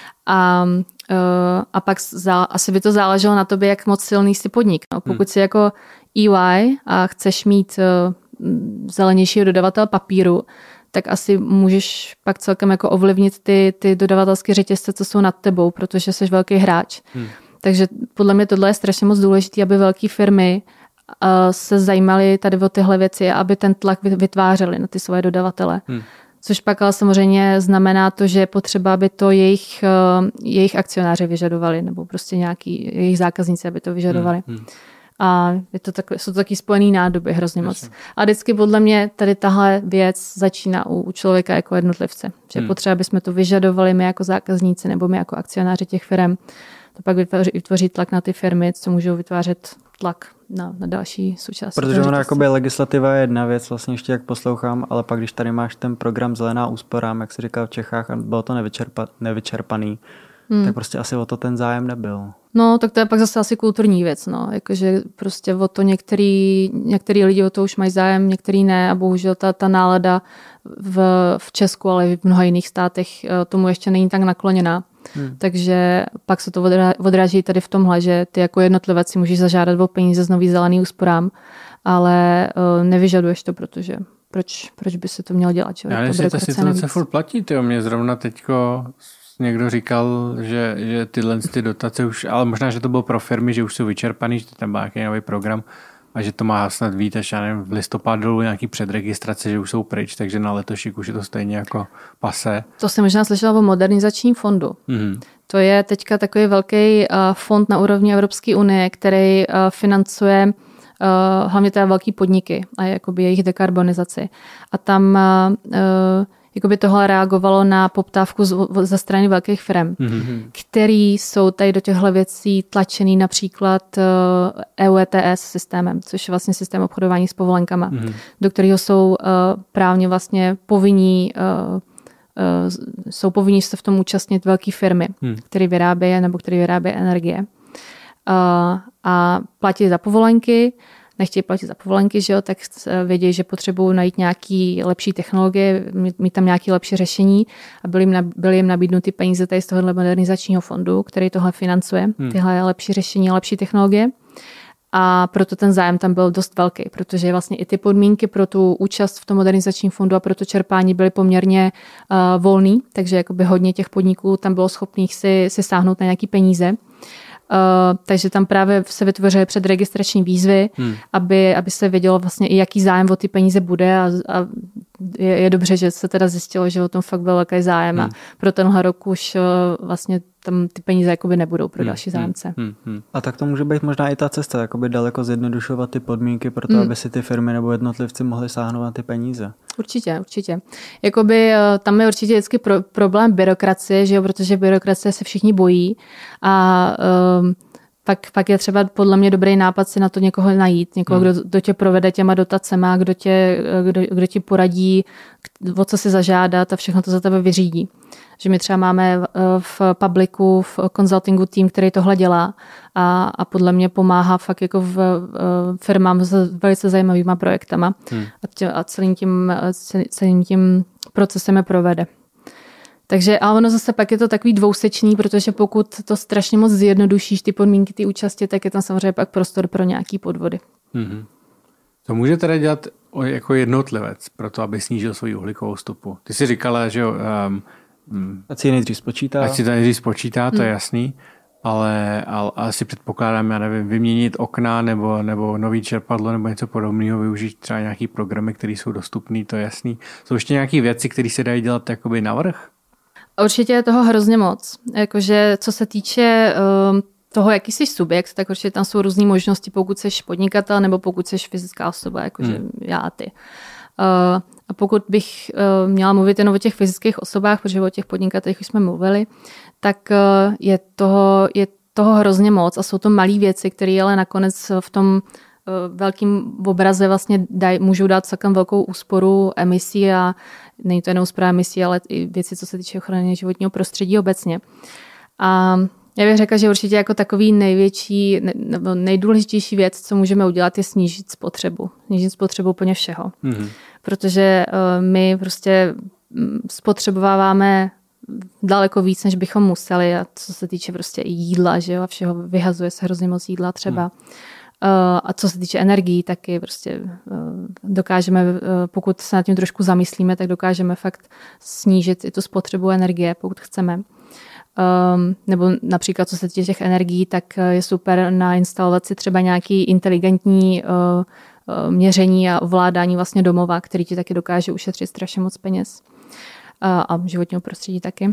A pak asi by to záleželo na tobě, jak moc silný jsi podnik. No, pokud jsi jako EY a chceš mít zelenějšího dodavatel papíru, tak asi můžeš pak celkem jako ovlivnit ty dodavatelské řetězce, co jsou nad tebou, protože jsi velký hráč. Takže podle mě tohle je strašně moc důležité, aby velké firmy se zajímaly tady o tyhle věci a aby ten tlak vytvářely na ty svoje dodavatele. Což pak ale samozřejmě znamená to, že je potřeba, aby to jejich akcionáři vyžadovali, nebo prostě nějaký jejich zákazníci, aby to vyžadovali. A jsou to taky spojený nádoby hrozně moc. A vždycky podle mě tady tahle věc začíná u člověka jako jednotlivce. Že potřeba, aby jsme to vyžadovali my jako zákazníci nebo my jako akcionáři těch firm. To pak vytvoří tlak na ty firmy, co můžou vytvářet tlak na další součástí. Protože ona jakoby legislativa je jedna věc, vlastně ještě jak poslouchám, ale pak když tady máš ten program Zelená úspora, jak jsi říkal v Čechách, a bylo to nevyčerpaný, tak prostě asi o to ten zájem nebyl. No, tak to je pak zase asi kulturní věc, no. Jakože prostě o to některý lidi o to už mají zájem, některý ne a bohužel ta nálada v Česku, ale i v mnoha jiných státech tomu ještě není tak nakloněná. Takže pak se to odráží tady v tomhle, že ty jako jednotlivec si můžeš zažádat o peníze z nový zelený úsporám, ale nevyžaduješ to, protože proč by se to mělo dělat? Že? Já nevím, ta situace furt platí, mě zrovna teďko někdo říkal, že tyhle dotace už, ale možná, že to bylo pro firmy, že už jsou vyčerpaný, že to tam byl nějaký nový program a že to má snad být až, já nevím, v listopadu nějaký předregistrace, že už jsou pryč, takže na letošek už je to stejně jako pase. To jsem možná slyšela o modernizačním fondu. To je teďka takový velký fond na úrovni Evropské unie, který financuje hlavně teda velký podniky a jakoby jejich dekarbonizaci. A tam jakoby tohle reagovalo na poptávku ze strany velkých firm, který jsou tady do těchto věcí tlačený například EU ETS systémem, což je vlastně systém obchodování s povolenkama, do kterého jsou právně vlastně jsou povinní se v tom účastnit velké firmy, které vyrábějí energie. A platí za povolenky, nechtějí platit za povolenky, že jo, tak vědí, že potřebují najít nějaké lepší technologie, mít tam nějaké lepší řešení a byly jim nabídnuty peníze tady z tohohle modernizačního fondu, který tohle financuje, tyhle lepší řešení a lepší technologie. A proto ten zájem tam byl dost velký, protože vlastně i ty podmínky pro tu účast v tom modernizačním fondu a pro to čerpání byly poměrně volný, takže jakoby hodně těch podniků tam bylo schopných si sáhnout na nějaký peníze. Takže tam právě se vytvořily předregistrační výzvy, aby se vědělo vlastně i jaký zájem o ty peníze bude a je dobře, že se teda zjistilo, že o tom fakt byl velký zájem a pro tenhle rok už vlastně tam ty peníze jakoby nebudou pro další zájemce. A tak to může být možná i ta cesta, jakoby daleko zjednodušovat ty podmínky pro to, aby si ty firmy nebo jednotlivci mohli sáhnout na ty peníze. Určitě. Jakoby tam je určitě vždycky problém byrokracie, že jo, protože byrokracie se všichni bojí a pak je třeba podle mě dobrý nápad si na to někoho najít, někoho, kdo tě provede těma dotacema, kdo ti poradí, o co si zažádat a všechno to za tebe vyřídí. Že my třeba máme v Publicu, v consultingu tým, který tohle dělá a podle mě pomáhá fakt jako v firmám s velice zajímavýma projektama a celým tím procesem je provede. Takže a ono zase pak je to takový dvousečný, protože pokud to strašně moc zjednodušíš ty podmínky té účasti, tak je tam samozřejmě pak prostor pro nějaký podvody. To může teda dělat jako jednotlivec pro to, aby snížil svou uhlíkovou stopu. Ty jsi říkala, že ať si nejdřív spočítá. To je jasný, ale asi předpokládám, já nevím, vyměnit okna nebo nový čerpadlo nebo něco podobného, využít třeba nějaký programy, které jsou dostupné, to je jasný. Jsou ještě nějaké věci, které se dají dělat jakoby navrch? Určitě je toho hrozně moc. Jakože co se týče toho, jaký jsi subjekt, tak určitě tam jsou různé možnosti, pokud jsi podnikatel nebo pokud jsi fyzická osoba, jakože já a ty. A pokud bych měla mluvit jen o těch fyzických osobách, protože o těch podnikatelích už jsme mluvili, tak je toho hrozně moc a jsou to malé věci, které ale nakonec v tom velkým obraze vlastně můžou dát celkem velkou úsporu emisí a není to jenom úspora emisí, ale i věci, co se týče ochrany životního prostředí obecně. A já bych řekla, že určitě jako takový největší nebo nejdůležitější věc, co můžeme udělat, je snížit spotřebu. Snížit spotřebu úplně všeho. Protože my prostě spotřebováváme daleko víc, než bychom museli a co se týče prostě i jídla, že jo, a všeho, vyhazuje se hrozně moc jídla třeba. A co se týče energií, taky prostě dokážeme, pokud se nad tím trošku zamyslíme, tak dokážeme fakt snížit i tu spotřebu energie, pokud chceme. Nebo například co se týče těch energií, tak je super nainstalovat si třeba nějaký inteligentní měření a ovládání vlastně domova, který ti taky dokáže ušetřit strašně moc peněz. A životního prostředí taky.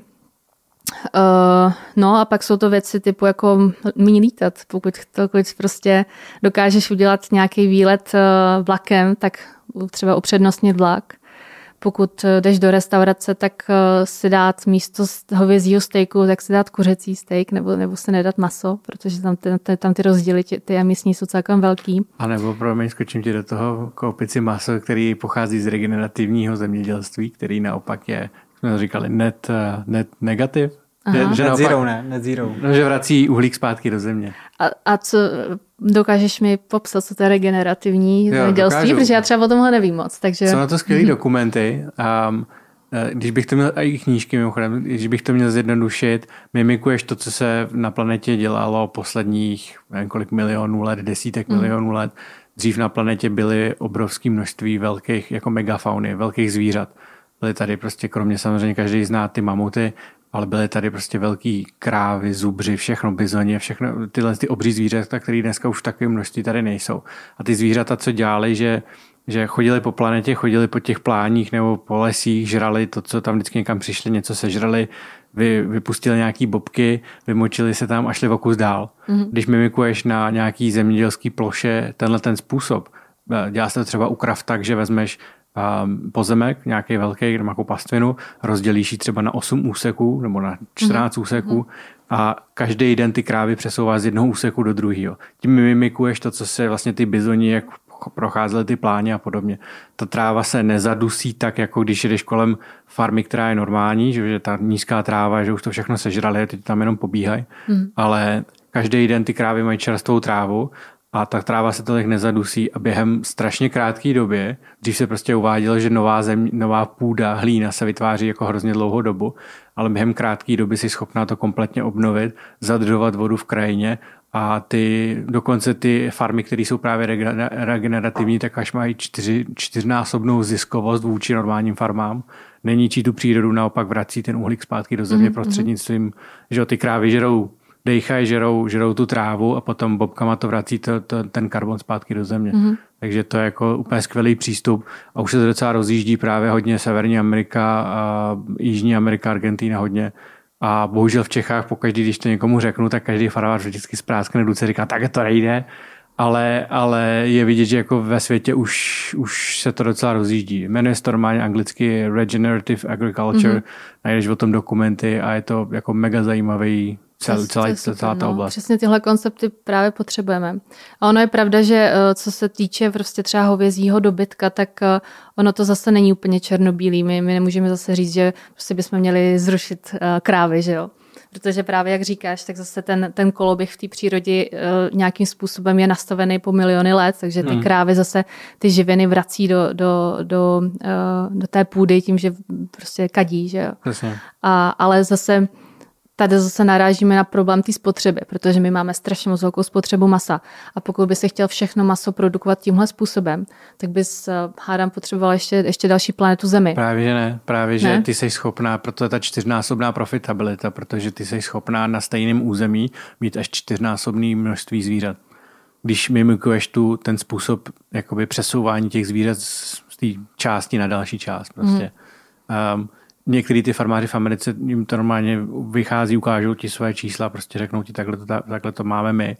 No a pak jsou to věci typu jako méně lítat. Pokud prostě dokážeš udělat nějaký výlet vlakem, tak třeba upřednostnit vlak. Pokud jdeš do restaurace, tak si dát místo hovězího stejku, tak si dát kuřecí steak nebo si nedat maso, protože tam ty rozdíly, ty emisní jsou celkem velký. A nebo promiň, skočím ti do toho, koupit si maso, který pochází z regenerativního zemědělství, který naopak je, jsme říkali, net negativ. Net zero. No, že vrací uhlík zpátky do země. A co dokážeš mi popsat, co to je regenerativní zemědělství? Protože já třeba o tomhle nevím moc. Takže... Jsou na to skvělý dokumenty. Když bych to měl, a i knížky mimochodem, když bych to měl zjednodušit, mimikuješ to, co se na planetě dělalo posledních několik milionů let, desítek milionů let. Dřív na planetě byly obrovské množství velkých, jako megafauny, velkých zvířat. Byly tady prostě, kromě samozřejmě každý zná ty mamuty, ale byly tady prostě velký krávy, zubři, všechno, bizoně, všechno, tyhle ty obří zvířata, které dneska už v takovém množství tady nejsou. A ty zvířata, co dělali, že chodili po planetě, chodili po těch pláních nebo po lesích, žrali to, co tam vždycky někam přišli, něco sežrali, vypustili nějaký bobky, vymočili se tam a šli o kus dál. Když mimikuješ na nějaký zemědělský ploše tenhle ten způsob, dělá se to třeba u krav tak, že vezmeš pozemek, nějaký velký, nějakou pastvinu, rozdělíš ji třeba na 8 úseků nebo na 14 úseků a každý den ty krávy přesouvá z jednoho úseku do druhého. Tím mimikuješ to, co se vlastně ty bizoni, jak procházely ty pláně a podobně. Ta tráva se nezadusí tak, jako když jdeš kolem farmy, která je normální, že ta nízká tráva, že už to všechno sežrali, teď tam jenom pobíhají, ale každý den ty krávy mají čerstvou trávu a ta tráva se tolik nezadusí a během strašně krátké době, když se prostě uvádělo, že nová půda, hlína se vytváří jako hrozně dlouhou dobu, ale během krátké doby si schopná to kompletně obnovit, zadržovat vodu v krajině a dokonce ty farmy, které jsou právě regenerativní, tak až mají čtyřnásobnou ziskovost vůči normálním farmám. Neníčí tu přírodu, naopak vrací ten uhlík zpátky do země prostřednictvím, že ty krávy dejchají, žerou tu trávu a potom bobkama to vrací ten karbon zpátky do země. Takže to je jako úplně skvělý přístup a už se to docela rozjíždí právě hodně Severní Amerika, a Jižní Amerika, Argentína hodně. A bohužel v Čechách pokaždý, když to někomu řeknu, tak každý farmář vždycky spráskne ruce, říká, tak to nejde, ale je vidět, že jako ve světě už se to docela rozjíždí. Jmenuje se to normálně anglicky Regenerative Agriculture, najdeš o tom dokumenty a je to jako mega zajímavý celá ta oblast. Přesně tyhle koncepty právě potřebujeme. A ono je pravda, že co se týče prostě třeba hovězího dobytka, tak ono to zase není úplně černobílý. My nemůžeme zase říct, že prostě bychom měli zrušit krávy, že jo. Protože právě, jak říkáš, tak zase ten koloběh v té přírodě nějakým způsobem je nastavený po miliony let, takže ty krávy zase ty živiny vrací do té půdy tím, že prostě kadí, že jo. Ale zase tady zase narážíme na problém té spotřeby, protože my máme strašně moc velkou spotřebu masa. A pokud by se chtěl všechno maso produkovat tímhle způsobem, tak bys, hádám, potřeboval ještě další planetu Zemi. Právě že ne. Právě že ty jsi schopná, proto je ta 4násobná profitabilita, protože ty jsi schopná na stejném území mít až 4násobné množství zvířat. Když mimikuješ ten způsob jakoby přesouvání těch zvířat z té části na další část. Prostě. Některý ty farmáři v Americe jim to normálně vychází, ukážou ti své čísla, prostě řeknou ti, takhle to máme my.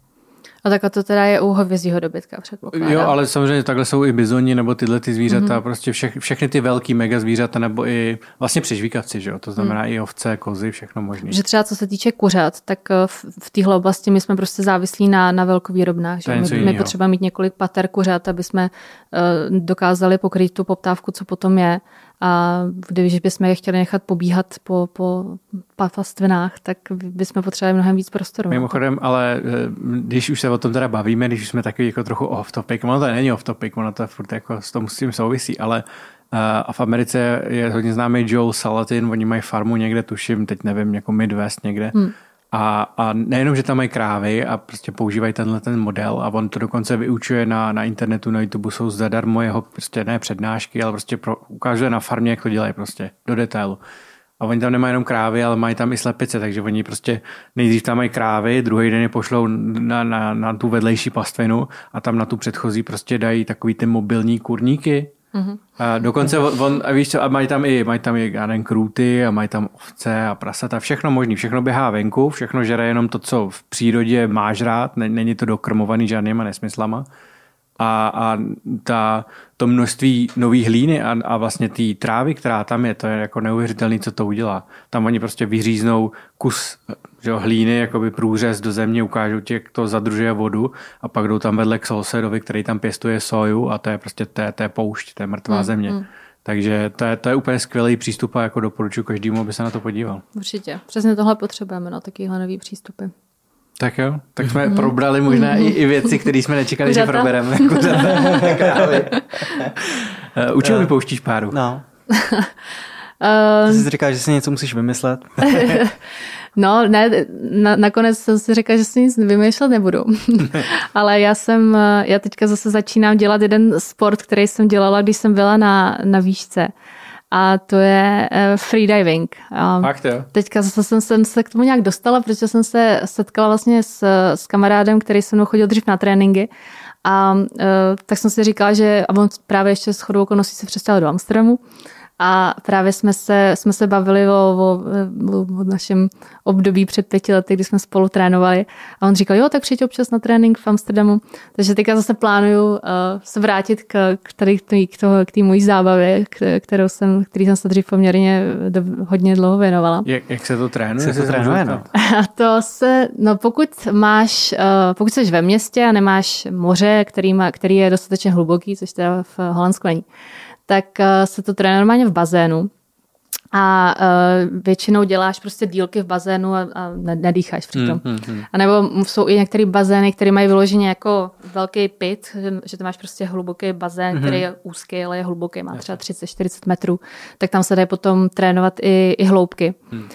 A takhle to teda je u hovězího dobytka, předpokládám. Jo, ale samozřejmě takhle jsou i bizoni nebo tyhle ty zvířata, prostě všechny ty velký mega zvířata nebo i vlastně přežvíkavci, že jo, to znamená i ovce, kozy, všechno možné. Že třeba co se týče kuřat, tak v téhle oblasti my jsme prostě závislí na velkovýrobnách, že my potřebujeme mít několik pater kuřat, aby jsme dokázali pokrýt tu poptávku, co potom je. A když bychom je chtěli nechat pobíhat po pastvinách, tak bychom potřebovali mnohem víc prostoru. Mimochodem, ale když už se o tom teda bavíme, když už jsme takový jako trochu off topic, ono to není off topic, ono to furt jako s tím souvisí, ale a v Americe je hodně známý Joel Salatin, oni mají farmu někde, tuším, teď nevím, jako Midwest někde. A nejenom, že tam mají krávy a prostě používají ten model a on to dokonce vyučuje na internetu, na YouTube jsou zadarmo jeho prostě ne přednášky, ale prostě ukazuje na farmě, jak to dělají prostě do detailu. A oni tam nemají jenom krávy, ale mají tam i slepice, takže oni prostě nejdřív tam mají krávy, druhý den je pošlou na tu vedlejší pastvinu a tam na tu předchozí prostě dají takový ty mobilní kurníky. A dokonce víš co, a mají tam i krůty a mají tam ovce a prasata, všechno možný, všechno běhá venku, všechno žere jenom to, co v přírodě máš rád, není to dokrmovaný žádnýma nesmyslama. A to množství nový hlíny a vlastně té trávy, která tam je, to je jako neuvěřitelný, co to udělá. Tam oni prostě vyříznou kus hlíny, jakoby průřez do země, ukážou ti, jak to zadržuje vodu a pak jdou tam vedle k Solsedovi, který tam pěstuje soju a to je prostě to je poušť, to je mrtvá země. Takže to je úplně skvělý přístup a jako doporučuji každému, aby se na to podíval. Určitě. Přesně tohle potřebujeme, takovýhle nový přístupy. Tak jo, tak jsme probrali možná i věci, které jsme nečekali, že probereme. U čeho vypouštíš páru? No. Ty jsi říkal, že si něco musíš vymyslet. No, ne, nakonec jsem si říkala, že si nic vymýšlet nebudu. Ale já teďka zase začínám dělat jeden sport, který jsem dělala, když jsem byla na výšce. A to je freediving. Fakt jo? Teďka zase jsem se k tomu nějak dostala, protože jsem se setkala vlastně s kamarádem, který se mnou chodil dřív na tréninky. A tak jsem si říkala, že a on právě ještě shodou okolností se přestěhoval do Amsterdamu. A právě jsme se bavili o našem období před 5 lety, kdy jsme spolu trénovali. A on říkal, jo, tak přijď občas na trénink v Amsterdamu. Takže teďka zase plánuju se vrátit k té mojí zábavě, který jsem se dřív poměrně hodně dlouho věnovala. Jak se to trénuje? A to se, pokud jsi ve městě a nemáš moře, který je dostatečně hluboký, což teda v Holandsku není, tak se to trénuje normálně v bazénu a většinou děláš prostě dílky v bazénu a nedýcháš přitom. A nebo jsou i některé bazény, které mají vyloženě jako velký pit, že to máš prostě hluboký bazén, který je úzký, ale je hluboký, má třeba 30-40 metrů, tak tam se dá potom trénovat i hloubky.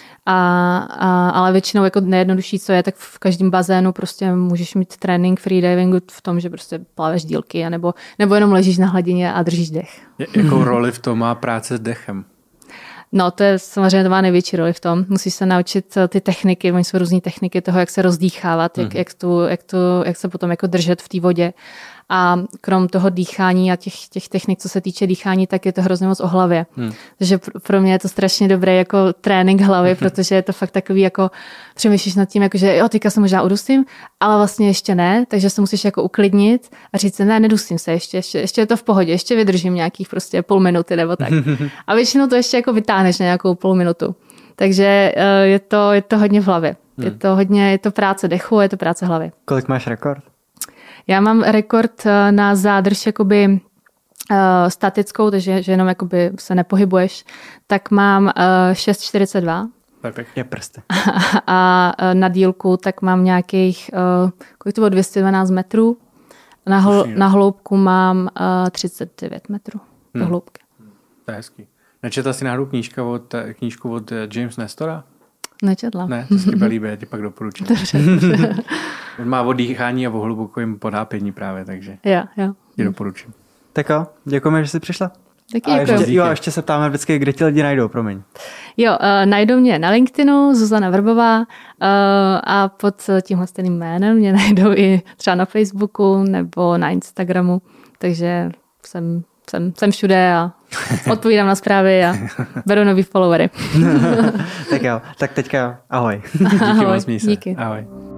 Ale většinou jako nejjednodušší, co je, tak v každém bazénu prostě můžeš mít trénink freedivingu v tom, že prostě plaveš dílky, nebo jenom ležíš na hladině a držíš dech. Jakou roli v tom má práce s dechem? No, to je samozřejmě, to má největší roli v tom. Musíš se naučit ty techniky, oni jsou různý techniky toho, jak se rozdýchávat, jak se potom jako držet v té vodě. A krom toho dýchání a těch technik, co se týče dýchání, tak je to hrozně moc o hlavě. Takže pro mě je to strašně dobré jako trénink hlavy, protože je to fakt takový, jako přemýšlíš nad tím, jako, že jo, teďka se možná udusím, ale vlastně ještě ne, takže se musíš jako uklidnit a říct si, ne, nedusím se, ještě je to v pohodě, ještě vydržím nějakých prostě půl minuty nebo tak. A většinou to ještě jako vytáhneš na nějakou půl minutu. Takže je to hodně v hlavě. Je to práce dechu, je to práce hlavy. Kolik máš rekord? Já mám rekord na zádrž jakoby statickou, takže že jenom jakoby se nepohybuješ, tak mám 6,42. Je prsty. A na dílku tak mám nějakých, kolik to bylo, 212 metrů. Na hloubku mám 39 metrů do hloubky. To je hezký. Nečetla jsi náhodou knížku od James Nestora? Nečetla. Ne, to se líbí, já ti pak doporučím. Dobře. On má o dýchání a o hlubokém potápění právě, takže jo. Ti doporučím. Tak jo, děkujeme, že jsi přišla. Taky děkuji. Ještě se ptáme vždycky, kde ti lidi najdou, promiň. Jo, najdou mě na LinkedInu, Zuzana Vrbová, a pod tímhle stejným jménem mě najdou i třeba na Facebooku nebo na Instagramu, takže jsem všude a odpovídám na zprávy a beru nový followery. Tak jo, tak teďka ahoj. Díky moc, Díky. Ahoj.